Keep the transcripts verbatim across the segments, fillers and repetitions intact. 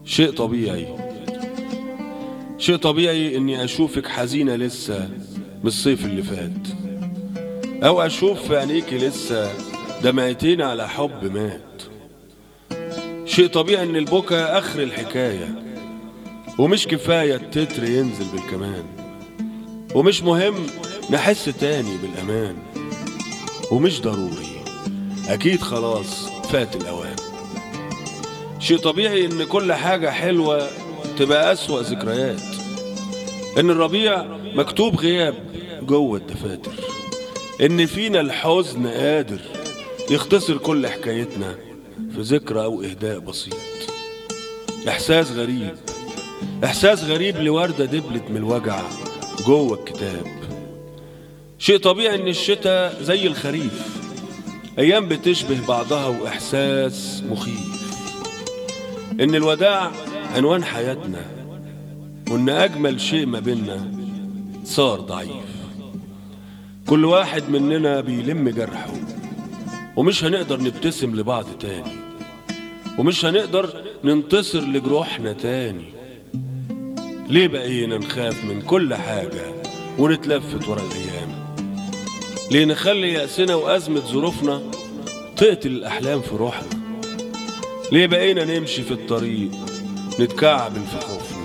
شيء طبيعي شيء طبيعي اني اشوفك حزينة لسه من الصيف اللي فات، او اشوف في عينيكي لسه دمعتين على حب مات. شيء طبيعي ان البكا اخر الحكاية، ومش كفاية التتر ينزل بالكمان، ومش مهم نحس تاني بالامان، ومش ضروري اكيد خلاص فات الاوان. شيء طبيعي ان كل حاجة حلوة تبقى اسوأ ذكريات، ان الربيع مكتوب غياب جوه الدفاتر، ان فينا الحزن قادر يختصر كل حكايتنا في ذكرى او اهداء بسيط. احساس غريب احساس غريب لوردة دبلت من الوجع جوه الكتاب. شيء طبيعي ان الشتاء زي الخريف، ايام بتشبه بعضها واحساس مخيف، ان الوداع عنوان حياتنا، وان اجمل شيء ما بينا صار ضعيف. كل واحد مننا بيلم جرحه، ومش هنقدر نبتسم لبعض تاني، ومش هنقدر ننتصر لجروحنا تاني. ليه بقينا نخاف من كل حاجة ونتلفت ورا الأيام؟ ليه نخلي يأسنا وأزمة ظروفنا تقتل الأحلام في روحنا؟ ليه بقينا نمشي في الطريق نتكعبل في خوفنا؟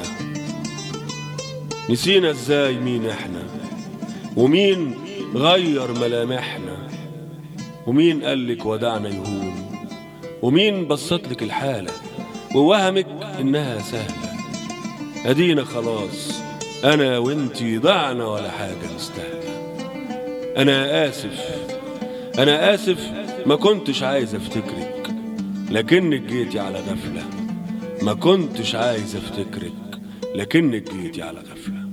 نسينا ازاي مين احنا، ومين غير ملامحنا، ومين قالك ودعنا يهون، ومين بسطلك الحالة ووهمك انها سهلة. ادينا خلاص انا وانتي ضعنا ولا حاجة نستاهلة. انا اسف انا اسف ما كنتش عايز افتكرك، لكنك جيتي على غفلة. ما كنتش عايز افتكرك، لكنك جيتي على غفلة.